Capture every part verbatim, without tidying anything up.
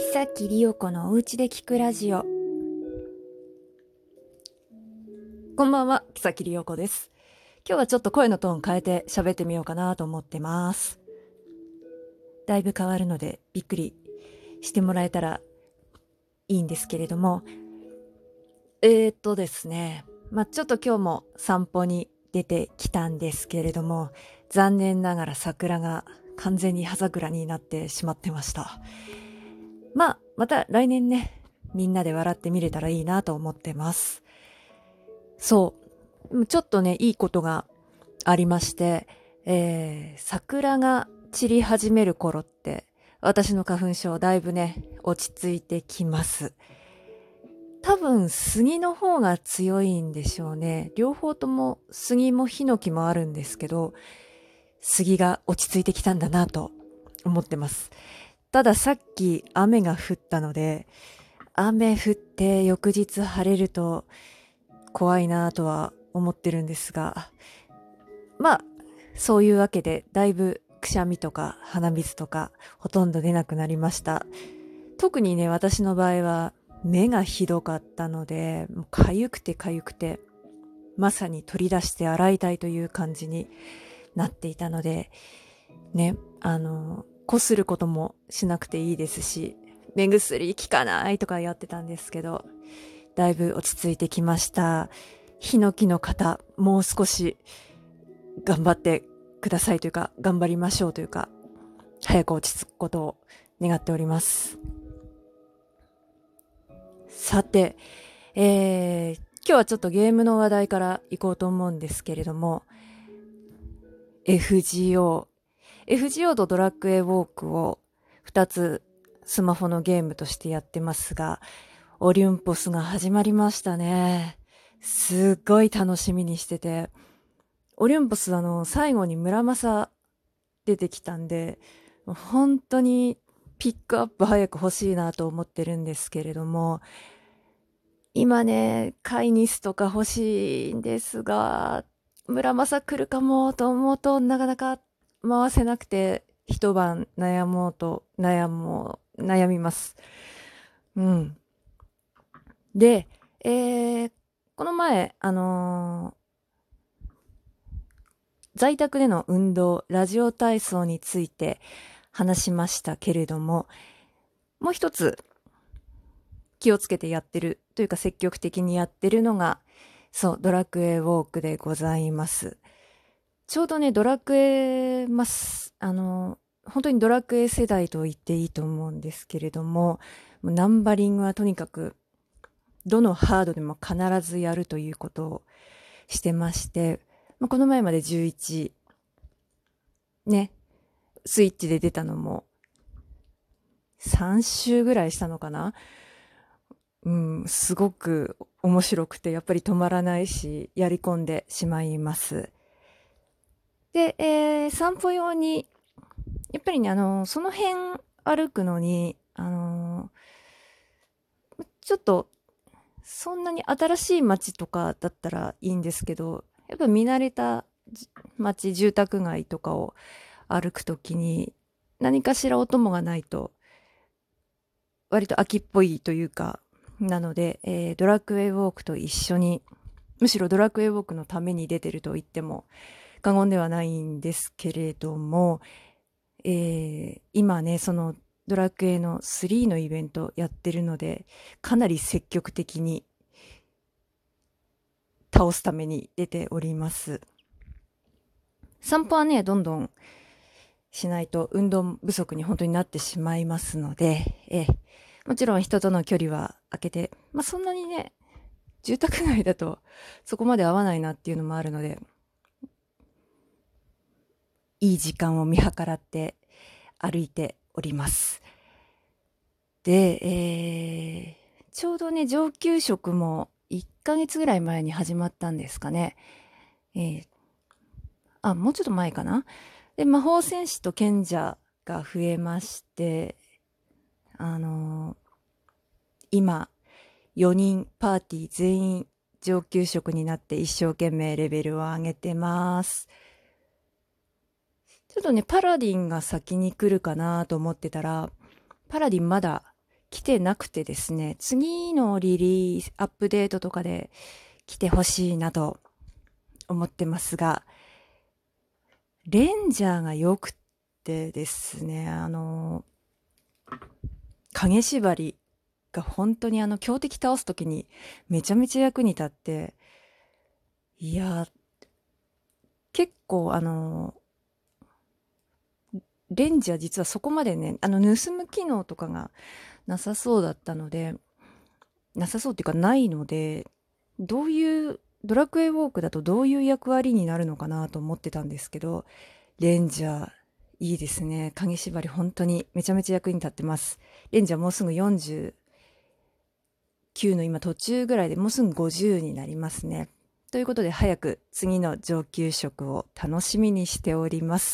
草木里代子のおうちで聞くラジオ。こんばんは、木崎里代子です。今日はちょっと声のトーン変えて喋ってみようかなと思ってます。だいぶ変わるのでびっくりしてもらえたらいいんですけれども、えーっとですね、まあちょっと今日も散歩に出てきたんですけれども、残念ながら桜が完全に葉桜になってしまってました。まあまた来年ね、みんなで笑ってみれたらいいなと思ってます。そう、ちょっとね、いいことがありまして、えー、桜が散り始める頃って、私の花粉症だいぶね、落ち着いてきます。多分、杉の方が強いんでしょうね。両方とも、杉もヒノキもあるんですけど、杉が落ち着いてきたんだなと思ってます。たださっき雨が降ったので、雨降って翌日晴れると怖いなとは思ってるんですが、まあそういうわけでだいぶくしゃみとか鼻水とかほとんど出なくなりました。特にね、私の場合は目がひどかったので、もうかゆくてかゆくて、まさに取り出して洗いたいという感じになっていたのでね、あのこすることもしなくていいですし、目薬効かないとかやってたんですけど、だいぶ落ち着いてきました。ヒノキの方、もう少し頑張ってくださいというか、頑張りましょうというか、早く落ち着くことを願っております。さて、えー、今日はちょっとゲームの話題からいこうと思うんですけれども、エフジーオー、エフジーオー とドラクエウォークをふたつスマホのゲームとしてやってますが、オリュンポスが始まりましたね。すっごい楽しみにしてて、オリュンポスあの最後に村正出てきたんで、本当にピックアップ早く欲しいなと思ってるんですけれども、今ね、カイニスとか欲しいんですが、村正来るかもと思うとなかなか回せなくて、一晩悩もうと悩もう、悩みます。うん。で、えー、この前、あのー在宅での運動、ラジオ体操について話しましたけれども、もう一つ気をつけてやってるというか積極的にやってるのが、そう、ドラクエウォークでございます。ちょうどね、ドラクエます、あの、本当にドラクエ世代と言っていいと思うんですけれども、ナンバリングはとにかく、どのハードでも必ずやるということをしてまして、この前までじゅういち、ね、スイッチで出たのもさん週ぐらいしたのかな。うん、すごく面白くて、やっぱり止まらないし、やり込んでしまいます。で、えー、散歩用に、やっぱりね、あの、その辺歩くのに、あのーちょっと、そんなに新しい街とかだったらいいんですけど、やっぱ見慣れた街、住宅街とかを歩くときに、何かしらお供がないと、割と秋っぽいというか、なので、えー、ドラクエウォークと一緒に、むしろドラクエウォークのために出てると言っても過言ではないんですけれども、えー、今ね、そのドラクエのスリーのイベントやってるので、かなり積極的に倒すために出ております。散歩はね、どんどんしないと運動不足に本当になってしまいますので、えー、もちろん人との距離は空けて、まあそんなにね、住宅街だとそこまで合わないなっていうのもあるので、いい時間を見計らって歩いております。で、えー、ちょうどね、上級職もいっかげつぐらい前に始まったんですかね。えー、あ、もうちょっと前かな。で、魔法戦士と賢者が増えまして、あのー、今、よにんパーティー全員上級職になって一生懸命レベルを上げてます。ちょっとね、パラディンが先に来るかなと思ってたら、パラディンまだ来てなくてですね、次のリリース、アップデートとかで来てほしいなと思ってますが、レンジャーが良くてですね、あの、影縛りが本当にあの強敵倒すときにめちゃめちゃ役に立って、いや、結構あの、レンジャー実はそこまでね、あの盗む機能とかがなさそうだったので、なさそうっていうかないので、どういう、ドラクエウォークだとどういう役割になるのかなと思ってたんですけど、レンジャー、いいですね。影縛り本当にめちゃめちゃ役に立ってます。レンジャーもうすぐよんじゅうきゅうの今途中ぐらいでもうすぐごじゅうになりますね。ということで早く次の上級職を楽しみにしております。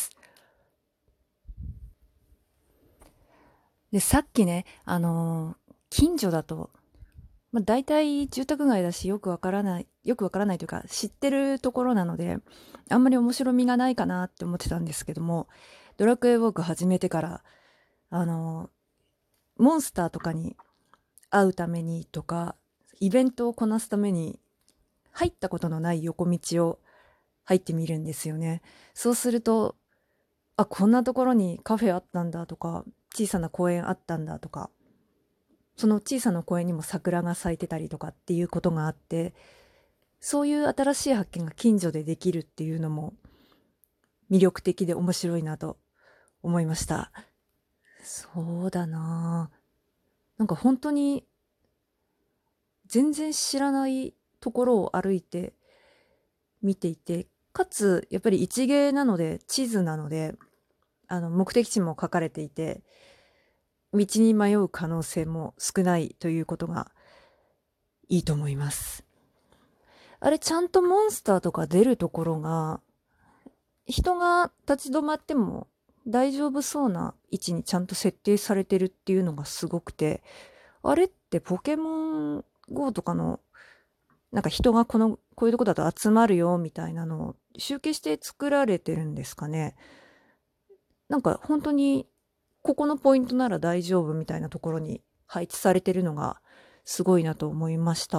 で、さっきね、あのー近所だと、まあ、大体住宅街だしよくわからない、よくわからないというか知ってるところなので、あんまり面白みがないかなって思ってたんですけども、ドラクエウォーク始めてから、あのーモンスターとかに会うためにとか、イベントをこなすために入ったことのない横道を入ってみるんですよね。そうすると、あ、こんなところにカフェあったんだとか、小さな公園あったんだとか、その小さな公園にも桜が咲いてたりとかっていうことがあって、そういう新しい発見が近所でできるっていうのも魅力的で面白いなと思いました。そうだなぁ。なんか本当に全然知らないところを歩いて見ていて、かつやっぱり一芸なので、地図なので、あの目的地も書かれていて、道に迷う可能性も少ないということがいいと思います。あれちゃんとモンスターとか出るところが、人が立ち止まっても大丈夫そうな位置にちゃんと設定されてるっていうのがすごくて、あれってポケモン ゴー とかのなんか人がこのこういうとこだと集まるよみたいなのを集計して作られてるんですかね。なんか本当にここのポイントなら大丈夫みたいなところに配置されてるのがすごいなと思いました。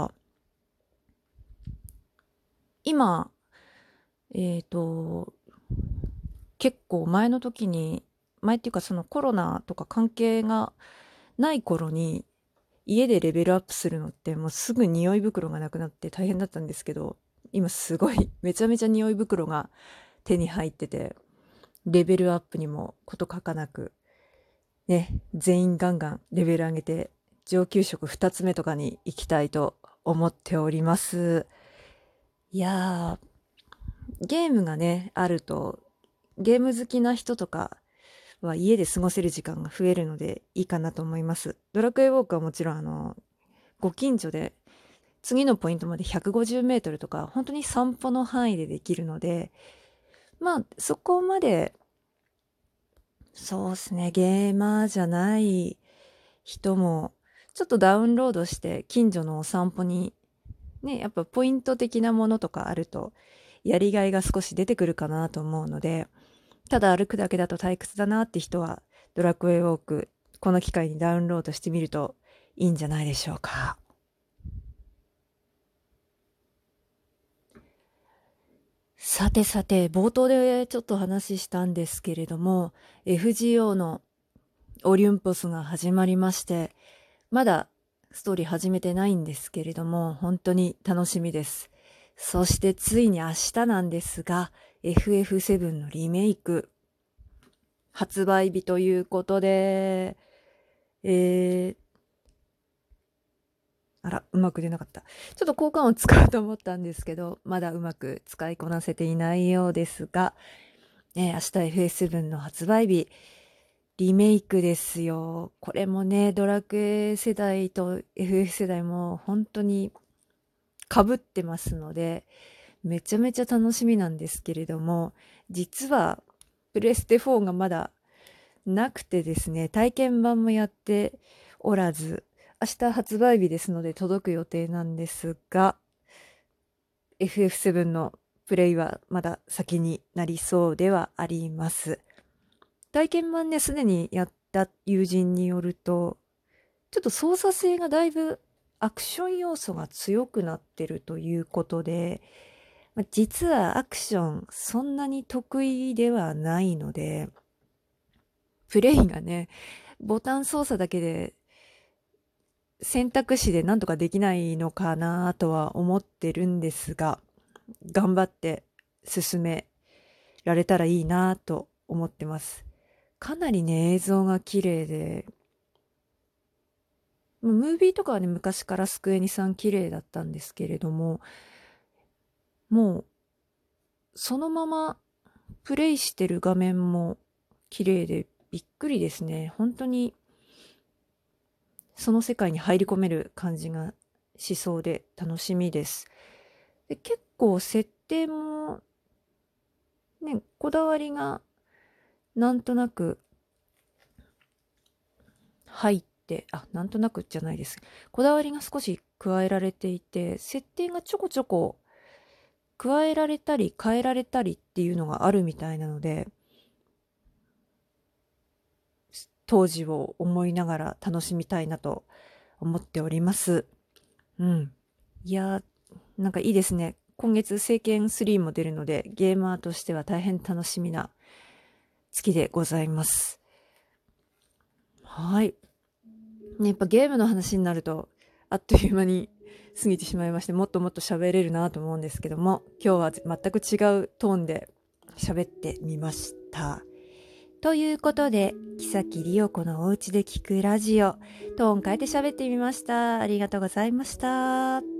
今、えっと、結構前の時に、前っていうかそのコロナとか関係がない頃に家でレベルアップするのってもうすぐ匂い袋がなくなって大変だったんですけど、今すごいめちゃめちゃ匂い袋が手に入ってて、レベルアップにもこと書かなく、ね、全員ガンガンレベル上げて上級職ふたつめとかに行きたいと思っております。いやー、ゲームがね、あると、ゲーム好きな人とかは家で過ごせる時間が増えるのでいいかなと思います。ドラクエウォークはもちろんあの、ご近所で次のポイントまでひゃくごじゅうメートルとか、本当に散歩の範囲でできるので、まあそこまで、そうですね、ゲーマーじゃない人も、ちょっとダウンロードして近所のお散歩に、ね、やっぱポイント的なものとかあると、やりがいが少し出てくるかなと思うので、ただ歩くだけだと退屈だなって人は、ドラクエウォーク、この機会にダウンロードしてみるといいんじゃないでしょうか。さてさて、冒頭でちょっと話したんですけれども、エフジーオー のオリュンポスが始まりまして、まだストーリー始めてないんですけれども、本当に楽しみです。そしてついに明日なんですが、エフエフセブン のリメイク、発売日ということで、えー、あら、うまく出なかった。ちょっと効果音を使おうと思ったんですけど、まだうまく使いこなせていないようですが、えー、明日 エフエフセブン の発売日、リメイクですよ。これもね、ドラクエ世代と エフエフ 世代も本当に被ってますので、めちゃめちゃ楽しみなんですけれども、実はプレステフォーがまだなくてですね、体験版もやっておらず、明日発売日ですので届く予定なんですが、エフエフセブン のプレイはまだ先になりそうではあります。体験版ね、すでにやった友人によると、 ちょっと操作性がだいぶアクション要素が強くなってるということで、まあ実はアクションそんなに得意ではないので、プレイがね、ボタン操作だけで選択肢でなんとかできないのかなとは思ってるんですが、頑張って進められたらいいなと思ってます。かなりね、映像が綺麗で、ムービーとかはね、昔からスクエニさん綺麗だったんですけれども、もう、そのままプレイしてる画面も綺麗でびっくりですね。本当に、その世界に入り込める感じがしそうで楽しみです。で、結構設定も、ね、こだわりがなんとなく入って、あ、なんとなくじゃないです。こだわりが少し加えられていて、設定がちょこちょこ加えられたり変えられたりっていうのがあるみたいなので、当時を思いながら楽しみたいなと思っております。うん。いやー、なんかいいですね。今月聖剣スリーも出るので、ゲーマーとしては大変楽しみな月でございます。はい。ね、やっぱゲームの話になると、あっという間に過ぎてしまいまして、もっともっと喋れるなと思うんですけども、今日は全く違うトーンで喋ってみました。ということで、木崎理代子のおうちで聞くラジオ、トーン変えて喋ってみました。ありがとうございました。